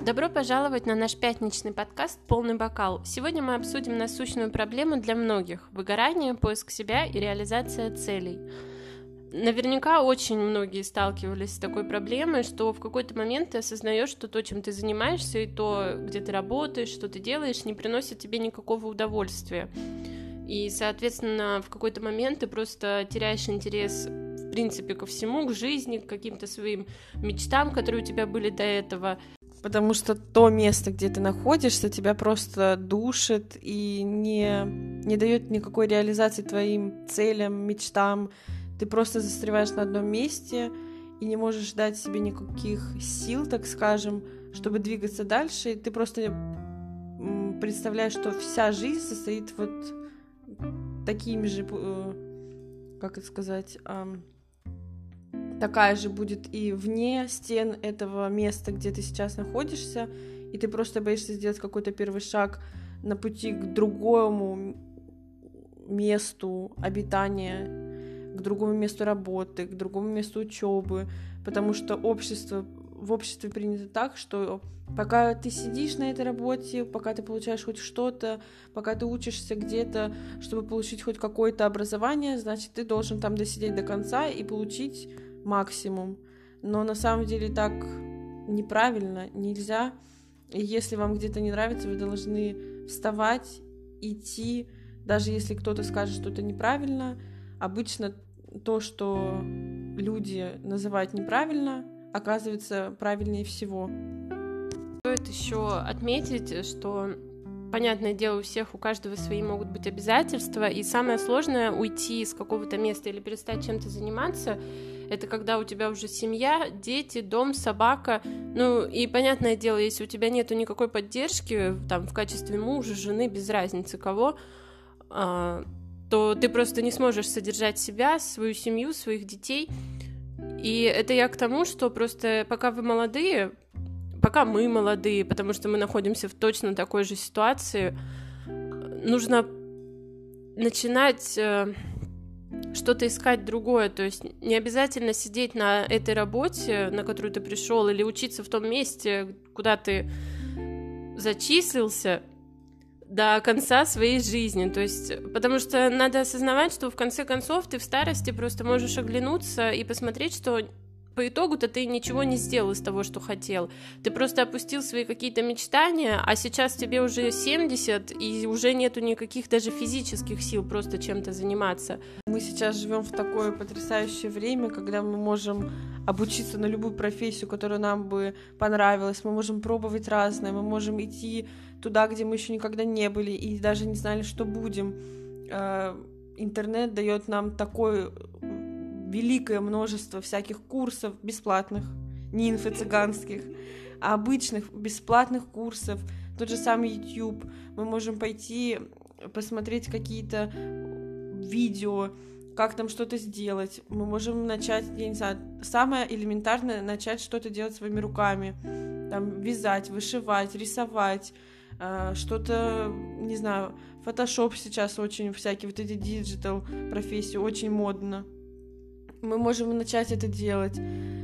Добро пожаловать на наш пятничный подкаст «Полный бокал». Сегодня мы обсудим насущную проблему для многих – выгорание, поиск себя и реализация целей. Наверняка очень многие сталкивались с такой проблемой, что в какой-то момент ты осознаешь, что то, чем ты занимаешься, и то, где ты работаешь, что ты делаешь, не приносит тебе никакого удовольствия. И, соответственно, в какой-то момент ты просто теряешь интерес, в принципе, ко всему, к жизни, к каким-то своим мечтам, которые у тебя были до этого. Потому что то место, где ты находишься, тебя просто душит и не дает никакой реализации твоим целям, мечтам. Ты просто застреваешь на одном месте и не можешь дать себе никаких сил, так скажем, чтобы двигаться дальше. И ты просто представляешь, что вся жизнь состоит вот такими же, как это сказать, такая же будет и вне стен этого места, где ты сейчас находишься, и ты просто боишься сделать какой-то первый шаг на пути к другому месту обитания, к другому месту работы, к другому месту учебы, потому что в обществе принято так, что пока ты сидишь на этой работе, пока ты получаешь хоть что-то, пока ты учишься где-то, чтобы получить хоть какое-то образование, значит, ты должен там досидеть до конца и получить максимум. Но на самом деле так неправильно, нельзя. И если вам где-то не нравится, вы должны вставать, идти, даже если кто-то скажет, что это неправильно. Обычно то, что люди называют неправильно, оказывается правильнее всего. Стоит еще отметить, что, понятное дело, у каждого свои могут быть обязательства, и самое сложное — уйти из какого-то места или перестать чем-то заниматься — это когда у тебя уже семья, дети, дом, собака. Ну, и понятное дело, если у тебя нету никакой поддержки, там, в качестве мужа, жены, без разницы кого, то ты просто не сможешь содержать себя, свою семью, своих детей. И это я к тому, что просто пока мы молодые, потому что мы находимся в точно такой же ситуации, нужно начинать что-то искать другое, то есть не обязательно сидеть на этой работе, на которую ты пришел, или учиться в том месте, куда ты зачислился, до конца своей жизни, то есть, потому что надо осознавать, что в конце концов ты в старости просто можешь оглянуться и посмотреть, что по итогу-то ты ничего не сделал из того, что хотел. Ты просто опустил свои какие-то мечтания, а сейчас тебе уже 70, и уже нету никаких даже физических сил просто чем-то заниматься. Мы сейчас живем в такое потрясающее время, когда мы можем обучиться на любую профессию, которая нам бы понравилась, мы можем пробовать разное, мы можем идти туда, где мы еще никогда не были и даже не знали, что будем. Интернет дает нам такое великое множество всяких курсов бесплатных, не инфо-цыганских, а обычных бесплатных курсов, тот же самый YouTube. Мы можем пойти посмотреть какие-то видео, как там что-то сделать. Мы можем начать, я не знаю, самое элементарное — начать что-то делать своими руками, там, вязать, вышивать, рисовать, что-то, не знаю, Photoshop сейчас очень всякие, вот эти диджитал профессии очень модно. Мы можем начать это делать.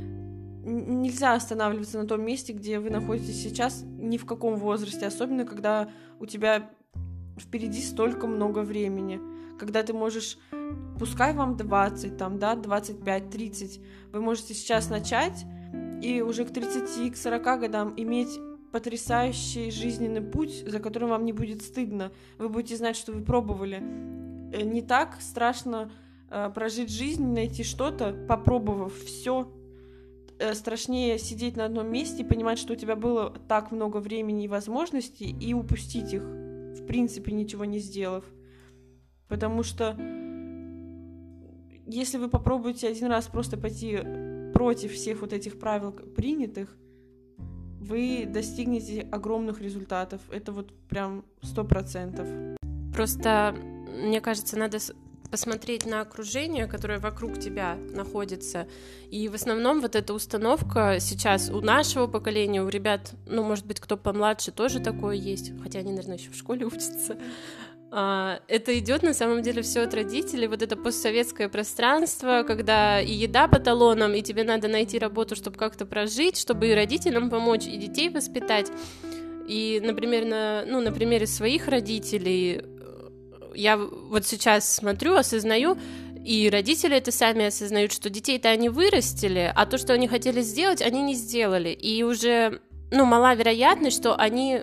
Нельзя останавливаться на том месте, где вы находитесь сейчас, ни в каком возрасте, особенно когда у тебя впереди столько много времени, когда ты можешь, пускай вам 20, там, да, 25, 30, вы можете сейчас начать и уже к 30, к 40 годам иметь потрясающий жизненный путь, за которым вам не будет стыдно. Вы будете знать, что вы пробовали. Не так страшно прожить жизнь, найти что-то, попробовав все. Страшнее сидеть на одном месте и понимать, что у тебя было так много времени и возможностей, и упустить их, в принципе, ничего не сделав. Потому что если вы попробуете один раз просто пойти против всех вот этих правил принятых, вы достигнете огромных результатов. Это вот прям 100%. Просто, мне кажется, надо посмотреть на окружение, которое вокруг тебя находится. И в основном вот эта установка сейчас у нашего поколения, у ребят, ну, может быть, кто помладше, тоже такое есть, хотя они, наверное, еще в школе учатся. Это идет на самом деле все от родителей, вот это постсоветское пространство, когда и еда по талонам, и тебе надо найти работу, чтобы как-то прожить, чтобы и родителям помочь, и детей воспитать. И, например, на примере своих родителей я вот сейчас смотрю, осознаю, и родители это сами осознают, что детей-то они вырастили, а то, что они хотели сделать, они не сделали. И уже, мала вероятность, что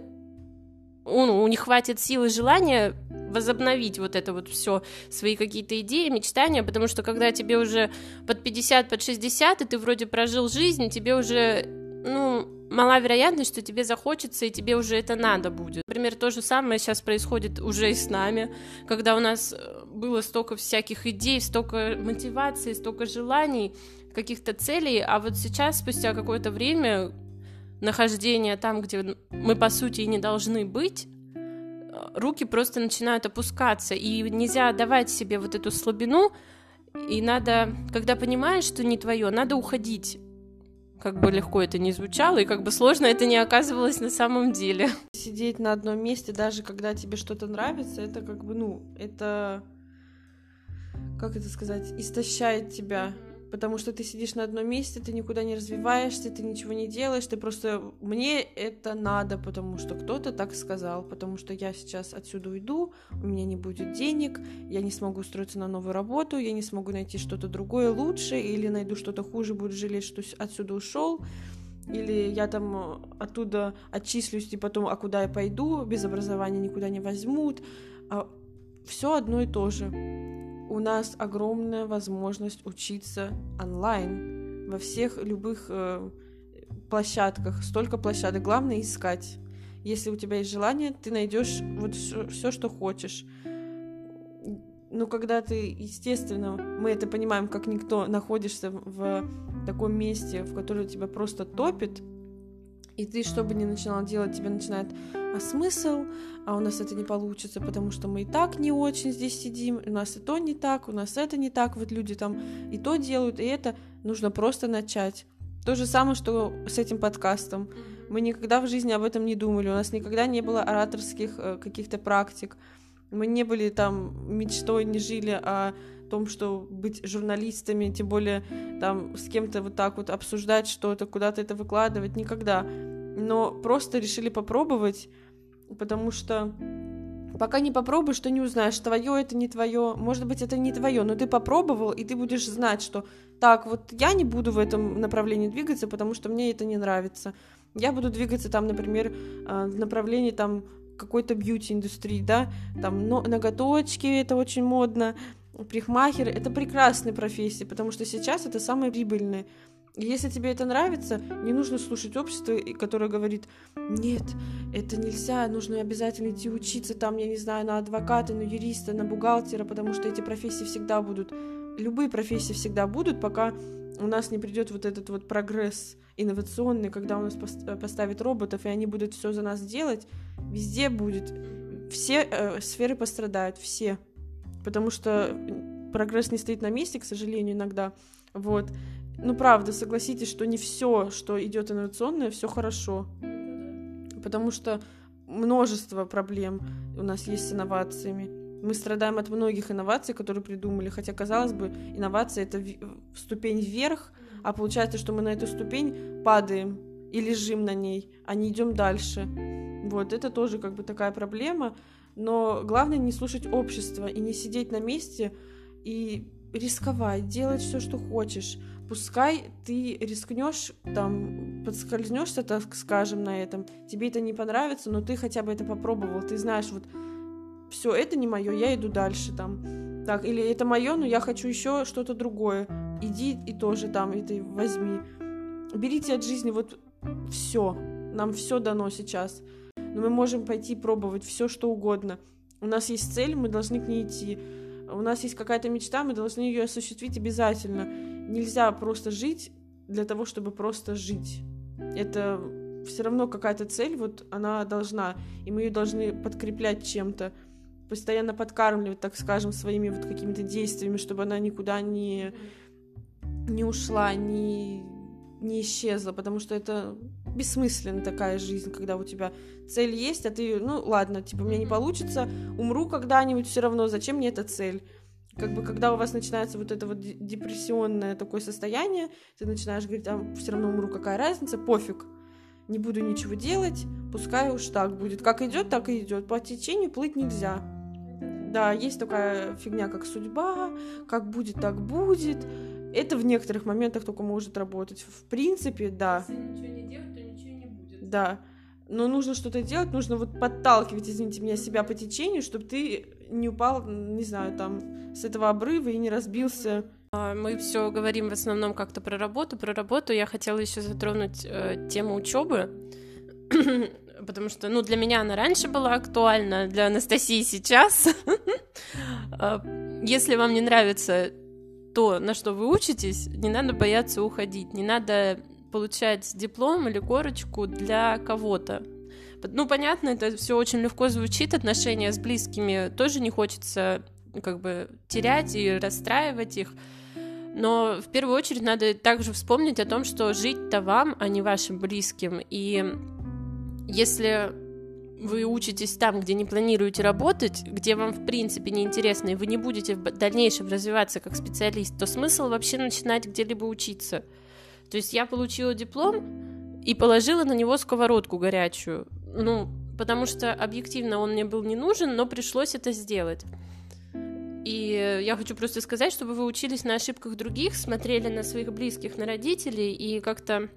у них хватит сил и желания возобновить вот это вот все, свои какие-то идеи, мечтания, потому что когда тебе уже под 50, под 60, и ты вроде прожил жизнь, тебе уже, мала вероятность, что тебе захочется, и тебе уже это надо будет. Например, то же самое сейчас происходит уже и с нами, когда у нас было столько всяких идей, столько мотиваций, столько желаний, каких-то целей, а вот сейчас, спустя какое-то время нахождения там, где мы, по сути, и не должны быть, руки просто начинают опускаться, и нельзя давать себе вот эту слабину, и надо, когда понимаешь, что не твое, надо уходить. Как бы легко это ни звучало, и как бы сложно это не оказывалось на самом деле. Сидеть на одном месте, даже когда тебе что-то нравится, это как бы, это, как это сказать, истощает тебя. Потому что ты сидишь на одном месте, ты никуда не развиваешься, ты ничего не делаешь, ты просто... Мне это надо, потому что кто-то так сказал, потому что я сейчас отсюда уйду, у меня не будет денег, я не смогу устроиться на новую работу, я не смогу найти что-то другое лучше, или найду что-то хуже, буду жалеть, что отсюда ушел, или я там оттуда отчислюсь, и потом, куда я пойду, без образования никуда не возьмут. Все одно и то же. У нас огромная возможность учиться онлайн во всех любых площадках, столько площадок. Главное искать. Если у тебя есть желание, ты найдешь вот все, что хочешь. Когда ты, естественно, мы это понимаем, как никто, находишься в таком месте, в которое тебя просто топит, и ты, что бы ни начинал делать, тебе начинает: а смысл? А у нас это не получится, потому что мы и так не очень здесь сидим, у нас и то не так, у нас это не так, вот люди там и то делают, и это. Нужно просто начать. То же самое, что с этим подкастом. Мы никогда в жизни об этом не думали, у нас никогда не было ораторских каких-то практик, мы не были там мечтой, не жили о том, что быть журналистами, тем более там с кем-то вот так вот обсуждать что-то, куда-то это выкладывать, никогда. Но просто решили попробовать, потому что пока не попробуешь, то не узнаешь, твое это не твое, может быть, это не твое, но ты попробовал, и ты будешь знать, что так, вот я не буду в этом направлении двигаться, потому что мне это не нравится. Я буду двигаться там, например, в направлении там какой-то бьюти-индустрии, да, там ноготочки, это очень модно, парикмахер — это прекрасные профессии, потому что сейчас это самые прибыльные. И если тебе это нравится, не нужно слушать общество, которое говорит: нет, это нельзя, нужно обязательно идти учиться там, я не знаю, на адвоката, на юриста, на бухгалтера, потому что эти профессии всегда будут. Любые профессии всегда будут, пока у нас не придет вот этот вот прогресс инновационный, когда у нас поставят роботов, и они будут все за нас делать. Везде будет. Все сферы пострадают, все. Потому что прогресс не стоит на месте, к сожалению, иногда. Вот. Правда, согласитесь, что не все, что идет инновационное, все хорошо. Потому что множество проблем у нас есть с инновациями. Мы страдаем от многих инноваций, которые придумали, хотя, казалось бы, инновация — это ступень вверх, а получается, что мы на эту ступень падаем и лежим на ней, а не идем дальше. Вот, это тоже как бы такая проблема, но главное не слушать общество и не сидеть на месте и рисковать, делать все, что хочешь. Пускай ты рискнешь, там, подскользнешься, так скажем, на этом, тебе это не понравится, но ты хотя бы это попробовал, ты знаешь, вот, все, это не мое, я иду дальше, там, так, или это мое, но я хочу еще что-то другое, иди и тоже там это возьми. Берите от жизни вот все, нам все дано сейчас, но мы можем пойти пробовать все, что угодно. У нас есть цель, мы должны к ней идти. У нас есть какая-то мечта, мы должны ее осуществить обязательно. Нельзя просто жить для того, чтобы просто жить. Это все равно какая-то цель, вот она должна, и мы ее должны подкреплять чем-то, постоянно подкармливать, так скажем, своими вот какими-то действиями, чтобы она никуда не ушла, не исчезла, потому что это бессмысленна такая жизнь, когда у тебя цель есть, а ты, ну, ладно, типа, у меня не получится, умру когда-нибудь, все равно, зачем мне эта цель? Как бы, когда у вас начинается вот это вот депрессионное такое состояние, ты начинаешь говорить, а все равно умру, какая разница, пофиг, не буду ничего делать, пускай уж так будет. Как идет, так и идет. По течению плыть нельзя. Да, есть такая фигня, как судьба, как будет, так будет. Это в некоторых моментах только может работать. В принципе, да. Если ничего не делать, то ничего не будет. Да. Но нужно что-то делать, нужно вот подталкивать, извините меня, себя по течению, чтобы ты не упал, не знаю, там, с этого обрыва и не разбился. Мы все говорим в основном как-то про работу. Про работу я хотела еще затронуть тему учебы, потому что, ну, для меня она раньше была актуальна, для Анастасии сейчас. Если вам не нравится то, на что вы учитесь, не надо бояться уходить, не надо получать диплом или корочку для кого-то. Ну, понятно, это все очень легко звучит, отношения с близкими тоже не хочется как бы терять и расстраивать их, но в первую очередь надо также вспомнить о том, что жить-то вам, а не вашим близким, и если вы учитесь там, где не планируете работать, где вам в принципе неинтересно, и вы не будете в дальнейшем развиваться как специалист, то смысл вообще начинать где-либо учиться. То есть я получила диплом и положила на него сковородку горячую, ну, потому что объективно он мне был не нужен, но пришлось это сделать. И я хочу просто сказать, чтобы вы учились на ошибках других, смотрели на своих близких, на родителей и как-то...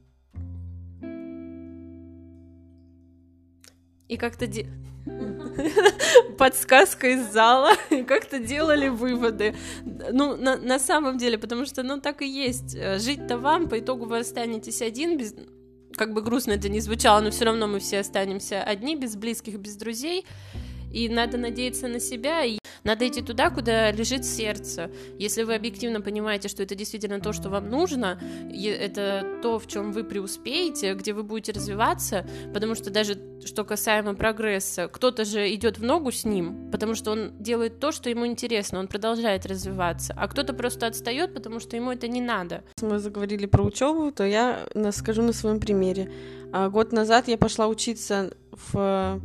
подсказка из зала, как-то делали выводы. Ну, на самом деле, потому что, ну, так и есть. Жить-то вам, по итогу вы останетесь один, без... как бы грустно это ни звучало, но все равно мы все останемся одни, без близких, без друзей. И надо надеяться на себя, и надо идти туда, куда лежит сердце. Если вы объективно понимаете, что это действительно то, что вам нужно, это то, в чем вы преуспеете, где вы будете развиваться, потому что даже что касаемо прогресса, кто-то же идет в ногу с ним, потому что он делает то, что ему интересно, он продолжает развиваться, а кто-то просто отстает, потому что ему это не надо. Если мы заговорили про учебу, то я скажу на своем примере. Год назад я пошла учиться в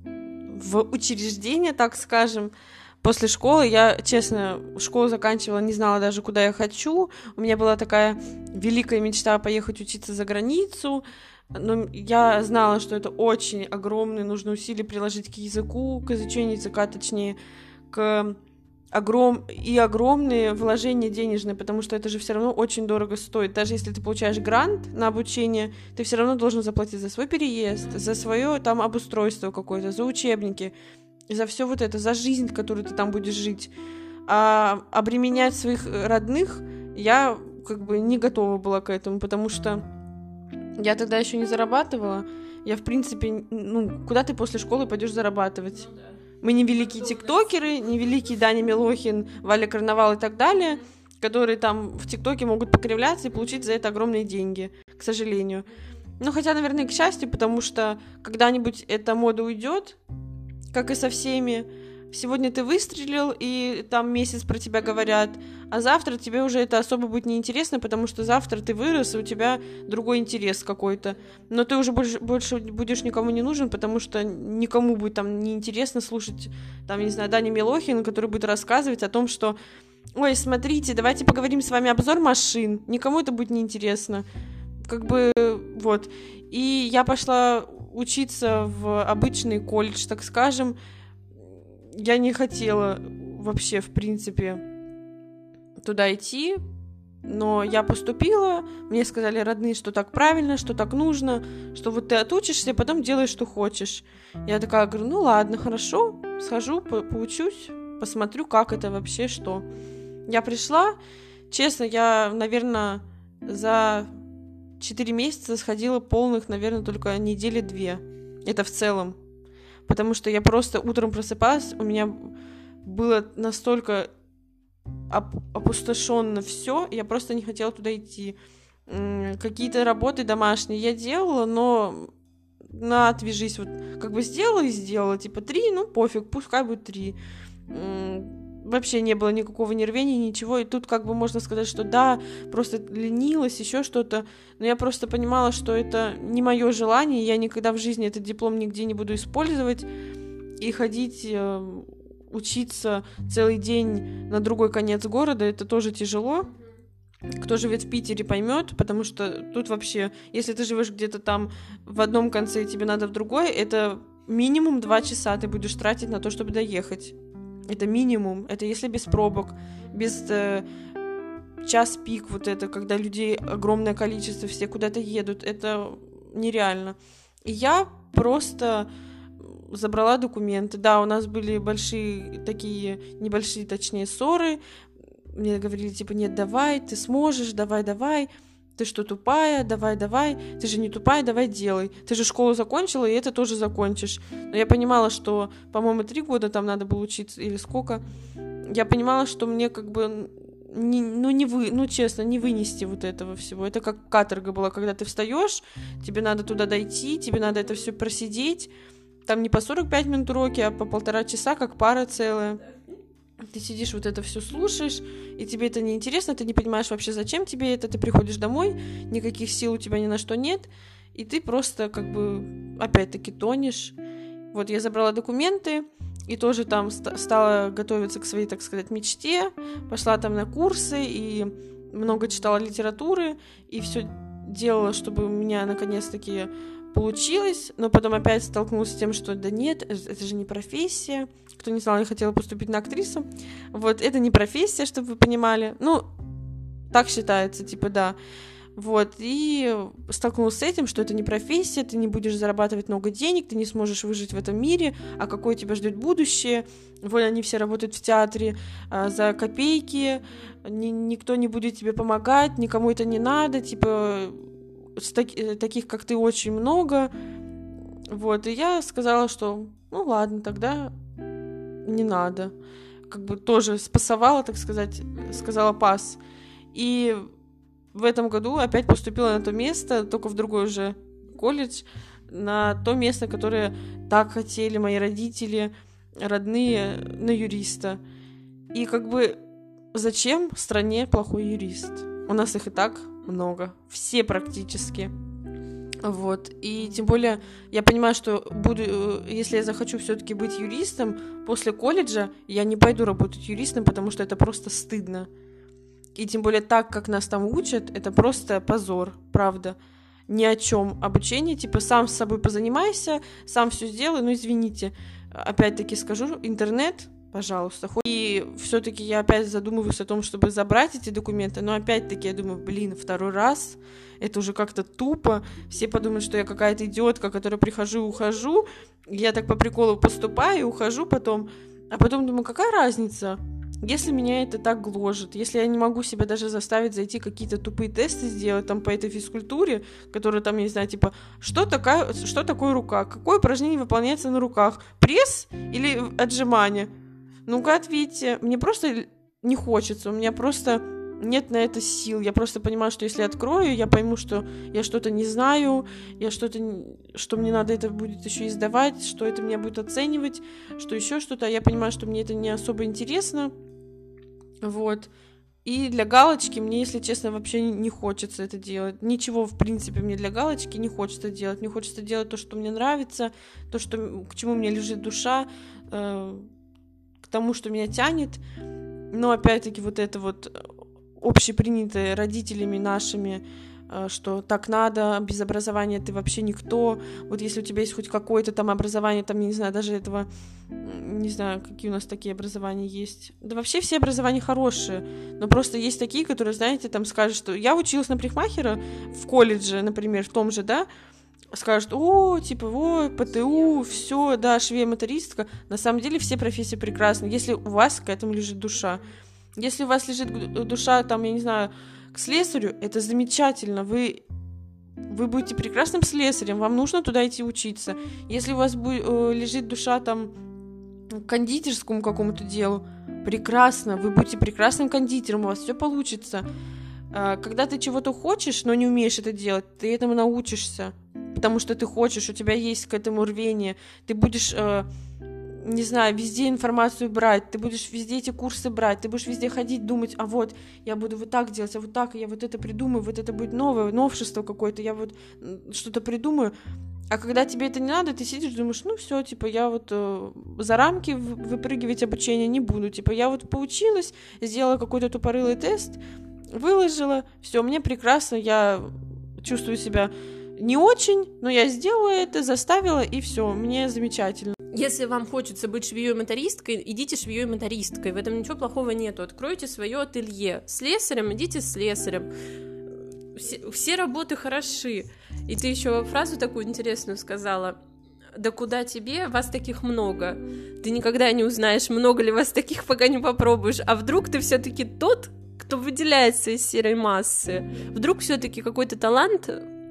учреждение, так скажем. После школы я, честно, школу заканчивала, не знала даже, куда я хочу. У меня была такая великая мечта поехать учиться за границу, но я знала, что это очень огромные, нужно усилия приложить к языку, к изучению языка, точнее, к огромные вложения денежные, потому что это же все равно очень дорого стоит. Даже если ты получаешь грант на обучение, ты все равно должен заплатить за свой переезд, за свое там обустройство какое-то, за учебники, за все вот это, за жизнь, которую ты там будешь жить. А обременять своих родных я как бы не готова была к этому, потому что я тогда еще не зарабатывала. Я, в принципе, ну, куда ты после школы пойдешь зарабатывать? Мы не великие тиктокеры, не великий Даня Милохин, Валя Карнавал и так далее, которые там в тиктоке могут покривляться и получить за это огромные деньги, к сожалению. Ну, хотя, наверное, и к счастью, потому что когда-нибудь эта мода уйдет, как и со всеми. Сегодня ты выстрелил, и там месяц про тебя говорят, а завтра тебе уже это особо будет неинтересно, потому что завтра ты вырос, и у тебя другой интерес какой-то. Но ты уже больше будешь никому не нужен, потому что никому будет там неинтересно слушать, там, не знаю, Даня Милохин, который будет рассказывать о том, что «Ой, смотрите, давайте поговорим с вами обзор машин». Никому это будет неинтересно. Как бы, вот. И я пошла учиться в обычный колледж, так скажем. Я не хотела вообще, в принципе, туда идти, но я поступила, мне сказали родные, что так правильно, что так нужно, что вот ты отучишься, потом делаешь, что хочешь. Я такая говорю, ну ладно, хорошо, схожу, поучусь, посмотрю, как это вообще, что. Я пришла, честно, я, наверное, за 4 месяца сходила полных, наверное, только недели 2. Это в целом. Потому что я просто утром просыпалась, у меня было настолько опустошенно все, я просто не хотела туда идти. Какие-то работы домашние я делала, но отвяжись, вот как бы сделала и сделала, типа 3, ну пофиг, пускай будет 3. вообще не было никакого ни рвения, ничего, и тут как бы можно сказать, что да, просто ленилась, еще что-то, но я просто понимала, что это не мое желание, я никогда в жизни этот диплом нигде не буду использовать, и ходить, учиться целый день на другой конец города, это тоже тяжело. Кто живет в Питере, поймет, потому что тут вообще, если ты живешь где-то там в одном конце и тебе надо в другой, это минимум 2 часа ты будешь тратить на то, чтобы доехать. Это минимум. Это если без пробок, без час пик, вот это, когда людей огромное количество, все куда-то едут, это нереально. И я просто забрала документы. Да, у нас были большие такие, небольшие, точнее, ссоры. Мне говорили, типа, нет, давай, ты сможешь, давай, ты что, тупая, давай, ты же не тупая, давай, делай. Ты же школу закончила, и это тоже закончишь. Но я понимала, что, по-моему, 3 года там надо было учиться, или сколько. Я понимала, что мне как бы, честно, не вынести вот этого всего. Это как каторга была, когда ты встаешь, тебе надо туда дойти, тебе надо это все просидеть. Там не по 45 минут уроки, а по 1,5 часа, как пара целая. Ты сидишь, вот это все слушаешь, и тебе это неинтересно, ты не понимаешь вообще, зачем тебе это, ты приходишь домой, никаких сил у тебя ни на что нет, и ты просто как бы опять-таки тонешь. Вот я забрала документы, и тоже там стала готовиться к своей, так сказать, мечте, пошла там на курсы, и много читала литературы, и все делала, чтобы у меня наконец-таки получилось, но потом опять столкнулась с тем, что да нет, это же не профессия. Кто не знал, я хотела поступить на актрису. Вот, это не профессия, чтобы вы понимали. Ну, так считается, типа, да. Вот, и столкнулась с этим, что это не профессия, ты не будешь зарабатывать много денег, ты не сможешь выжить в этом мире, а какое тебя ждет будущее. Вот они все работают в театре за копейки, никто не будет тебе помогать, никому это не надо, типа... таких, как ты, очень много. Вот, и я сказала, что ну ладно, тогда не надо. Как бы тоже спасовала, так сказать, сказала пас. И в этом году опять поступила на то место, только в другой уже колледж, на то место, которое так хотели мои родители, родные, на юриста. И как бы зачем в стране плохой юрист? У нас их и так много. Все практически. Вот. И тем более я понимаю, что если я захочу все-таки быть юристом, после колледжа я не пойду работать юристом, потому что это просто стыдно. И тем более так, как нас там учат, это просто позор, правда. Ни о чем. Обучение, типа, сам с собой позанимайся, сам все сделай, ну, извините. Опять-таки скажу, интернет, пожалуйста. И все-таки я опять задумываюсь о том, чтобы забрать эти документы, но опять-таки я думаю, второй раз, это уже как-то тупо, все подумают, что я какая-то идиотка, которая прихожу и ухожу, я так по приколу поступаю и ухожу потом, а потом думаю, какая разница, если меня это так гложет, если я не могу себя даже заставить зайти какие-то тупые тесты сделать там по этой физкультуре, которые там, я не знаю, типа, что такое рука, какое упражнение выполняется на руках, пресс или отжимание? Ну-ка, ответьте. Мне просто не хочется, у меня просто нет на это сил. Я просто понимаю, что если открою, я пойму, что я что-то не знаю, что мне надо это будет еще издавать, что это меня будет оценивать, что еще что-то. Я понимаю, что мне это не особо интересно. Вот. И для галочки мне, если честно, вообще не хочется это делать. Ничего, в принципе, мне для галочки не хочется делать. Мне хочется делать то, что мне нравится, то, к чему мне лежит душа, к тому, что меня тянет, но опять-таки вот это вот общепринятое родителями нашими, что так надо, без образования ты вообще никто, вот если у тебя есть хоть какое-то там образование, там, не знаю, даже этого, не знаю, какие у нас такие образования есть, да вообще все образования хорошие, но просто есть такие, которые, знаете, там скажут, что я училась на парикмахера в колледже, например, в том же, да, скажут, ПТУ, все, да, швея-мотористка. На самом деле все профессии прекрасны, если у вас к этому лежит душа. Если у вас лежит душа, там, я не знаю, к слесарю, это замечательно, вы будете прекрасным слесарем, вам нужно туда идти учиться. Если у вас лежит душа, там, к кондитерскому какому-то делу, прекрасно, вы будете прекрасным кондитером, у вас все получится. Когда ты чего-то хочешь, но не умеешь это делать, ты этому научишься. Потому что ты хочешь, у тебя есть к этому рвение, ты будешь не знаю, везде информацию брать, ты будешь везде эти курсы брать, ты будешь везде ходить, думать, а вот, я буду вот так делать, а вот так, я вот это придумаю, вот это будет новшество какое-то, я вот что-то придумаю. А когда тебе это не надо, ты сидишь, думаешь, ну все, типа, я вот за рамки выпрыгивать обучение не буду, типа, я вот поучилась, сделала какой-то тупорылый тест, выложила, все, мне прекрасно, я чувствую себя не очень, но я сделала это, заставила, и все, мне замечательно. Если вам хочется быть швеей-мотористкой, идите швеей-мотористкой, в этом ничего плохого нету, откройте свое ателье, слесарем идите слесарем, все работы хороши. И ты еще фразу такую интересную сказала: да куда тебе, вас таких много. Ты никогда не узнаешь, много ли вас таких, пока не попробуешь. А вдруг ты все-таки тот, кто выделяется из серой массы. Вдруг все-таки какой-то талант,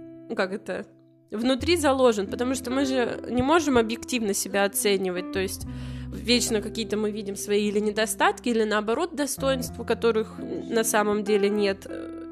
внутри заложен, потому что мы же не можем объективно себя оценивать, то есть вечно какие-то мы видим свои или недостатки, или наоборот достоинства, которых на самом деле нет.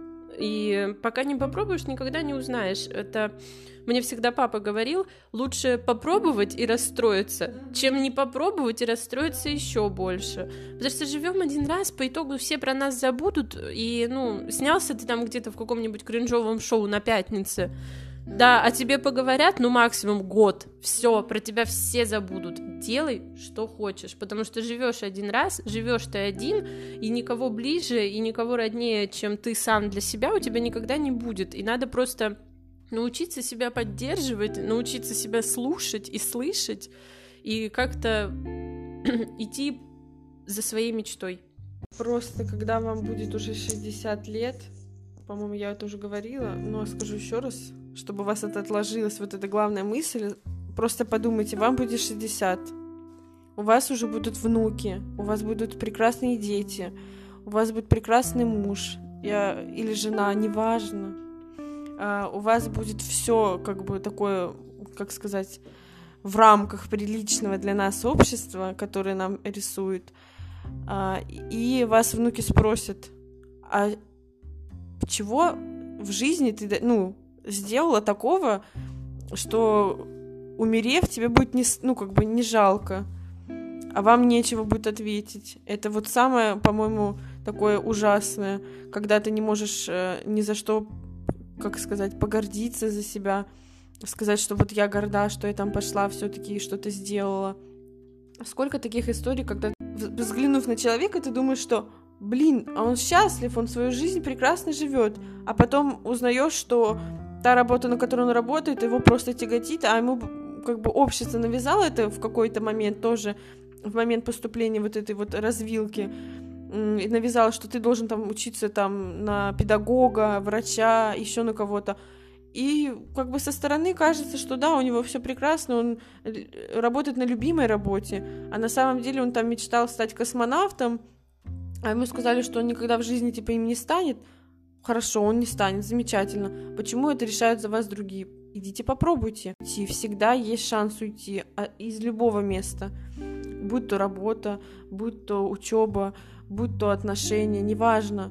И пока не попробуешь, никогда не узнаешь. Это мне всегда папа говорил: лучше попробовать и расстроиться, чем не попробовать и расстроиться еще больше. Потому что живем один раз, по итогу все про нас забудут, и, снялся ты там где-то в каком-нибудь кринжовом шоу на пятнице, да, о тебе поговорят, максимум год, все, про тебя все забудут. Делай, что хочешь, потому что живешь один раз, живешь ты один, и никого ближе, и никого роднее, чем ты сам для себя, у тебя никогда не будет. И надо просто научиться себя поддерживать, научиться себя слушать и слышать, и как-то идти за своей мечтой. Просто когда вам будет уже 60 лет, по-моему, я это уже говорила, но скажу еще раз, чтобы у вас это отложилось, вот эта главная мысль, просто подумайте, вам будет 60, у вас уже будут внуки, у вас будут прекрасные дети, у вас будет прекрасный муж или жена, неважно, у вас будет все такое, в рамках приличного для нас общества, которое нам рисует, и вас внуки спросят: а чего в жизни ты, сделала такого, что, умерев, тебе будет не жалко, а вам нечего будет ответить. Это вот самое, по-моему, такое ужасное, когда ты не можешь ни за что, погордиться за себя, сказать, что вот я горда, что я там пошла все-таки и что-то сделала. Сколько таких историй, когда, взглянув на человека, ты думаешь, что а он счастлив, он свою жизнь прекрасно живет, а потом узнаешь, что та работа, на которой он работает, его просто тяготит, а ему общество навязало это в какой-то момент тоже, в момент поступления вот этой вот развилки, и навязало, что ты должен там учиться там на педагога, врача, еще на кого-то. И со стороны кажется, что да, у него все прекрасно, он работает на любимой работе, а на самом деле он там мечтал стать космонавтом, а ему сказали, что он никогда в жизни им не станет. Хорошо, он не станет, замечательно. Почему это решают за вас другие? Идите попробуйте. Всегда есть шанс уйти из любого места. Будь то работа, будь то учеба, будь то отношения, неважно.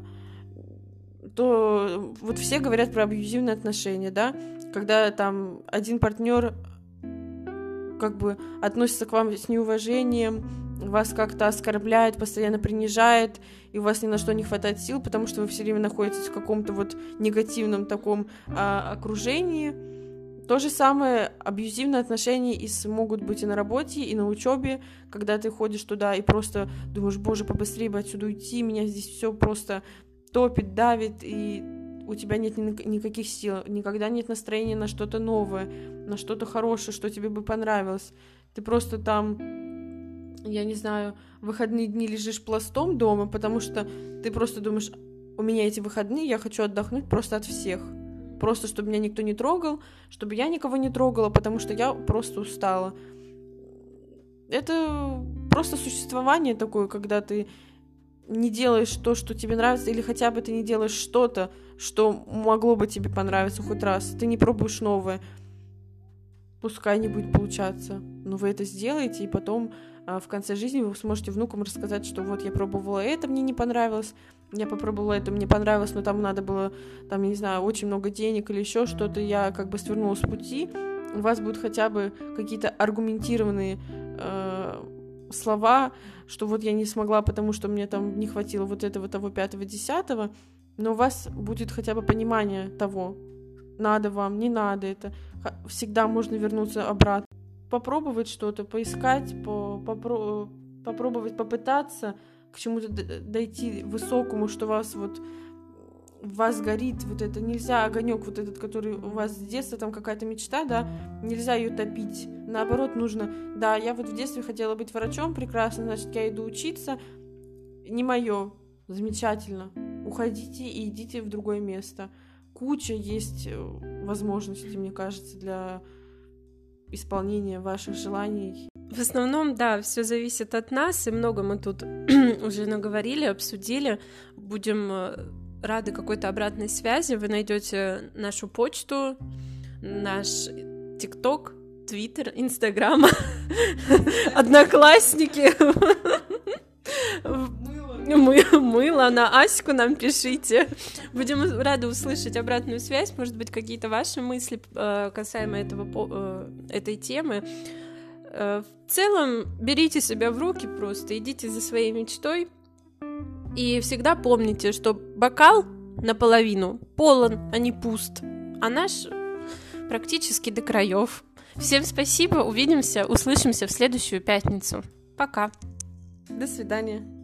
То вот все говорят про абьюзивные отношения, да? Когда там один партнер относится к вам с неуважением, вас как-то оскорбляет, постоянно принижает, и у вас ни на что не хватает сил, потому что вы все время находитесь в каком-то негативном таком окружении. То же самое абьюзивные отношения могут быть и на работе, и на учебе, когда ты ходишь туда и просто думаешь: боже, побыстрее бы отсюда уйти, меня здесь все просто топит, давит, и у тебя нет никаких сил, никогда нет настроения на что-то новое, на что-то хорошее, что тебе бы понравилось. Ты просто там, я не знаю, в выходные дни лежишь пластом дома, потому что ты просто думаешь: у меня эти выходные, я хочу отдохнуть просто от всех. Просто, чтобы меня никто не трогал, чтобы я никого не трогала, потому что я просто устала. Это просто существование такое, когда ты не делаешь то, что тебе нравится, или хотя бы ты не делаешь что-то, что могло бы тебе понравиться хоть раз. Ты не пробуешь новое. Пускай не будет получаться, но вы это сделаете, и потом в конце жизни вы сможете внукам рассказать, что вот я пробовала это, мне не понравилось, я попробовала это, мне понравилось, но там надо было, я не знаю, очень много денег или еще что-то, я свернула с пути. У вас будут хотя бы какие-то аргументированные слова, что вот я не смогла, потому что мне там не хватило вот этого, того, 5-го, 10-го, но у вас будет хотя бы понимание того, надо вам, не надо это. Всегда можно вернуться обратно. Попробовать что-то, поискать, попробовать, попытаться к чему-то дойти высокому, что вас вот в вас горит, вот это нельзя, огонек вот этот, который у вас с детства, там какая-то мечта, да, нельзя ее топить. Наоборот, нужно, да, я вот в детстве хотела быть врачом, прекрасно, значит, я иду учиться, не мое, замечательно, уходите и идите в другое место. Куча есть возможностей, мне кажется, для исполнения ваших желаний. В основном, да, все зависит от нас, и много мы тут уже наговорили, обсудили. Будем рады какой-то обратной связи. Вы найдете нашу почту, наш ТикТок, Твиттер, Инстаграм, Одноклассники. Мыло, на Аську нам пишите. Будем рады услышать обратную связь, может быть, какие-то ваши мысли касаемо этой темы. В целом, берите себя в руки просто, идите за своей мечтой. И всегда помните, что бокал наполовину полон, а не пуст, а наш практически до краев. Всем спасибо, увидимся, услышимся в следующую пятницу. Пока. До свидания.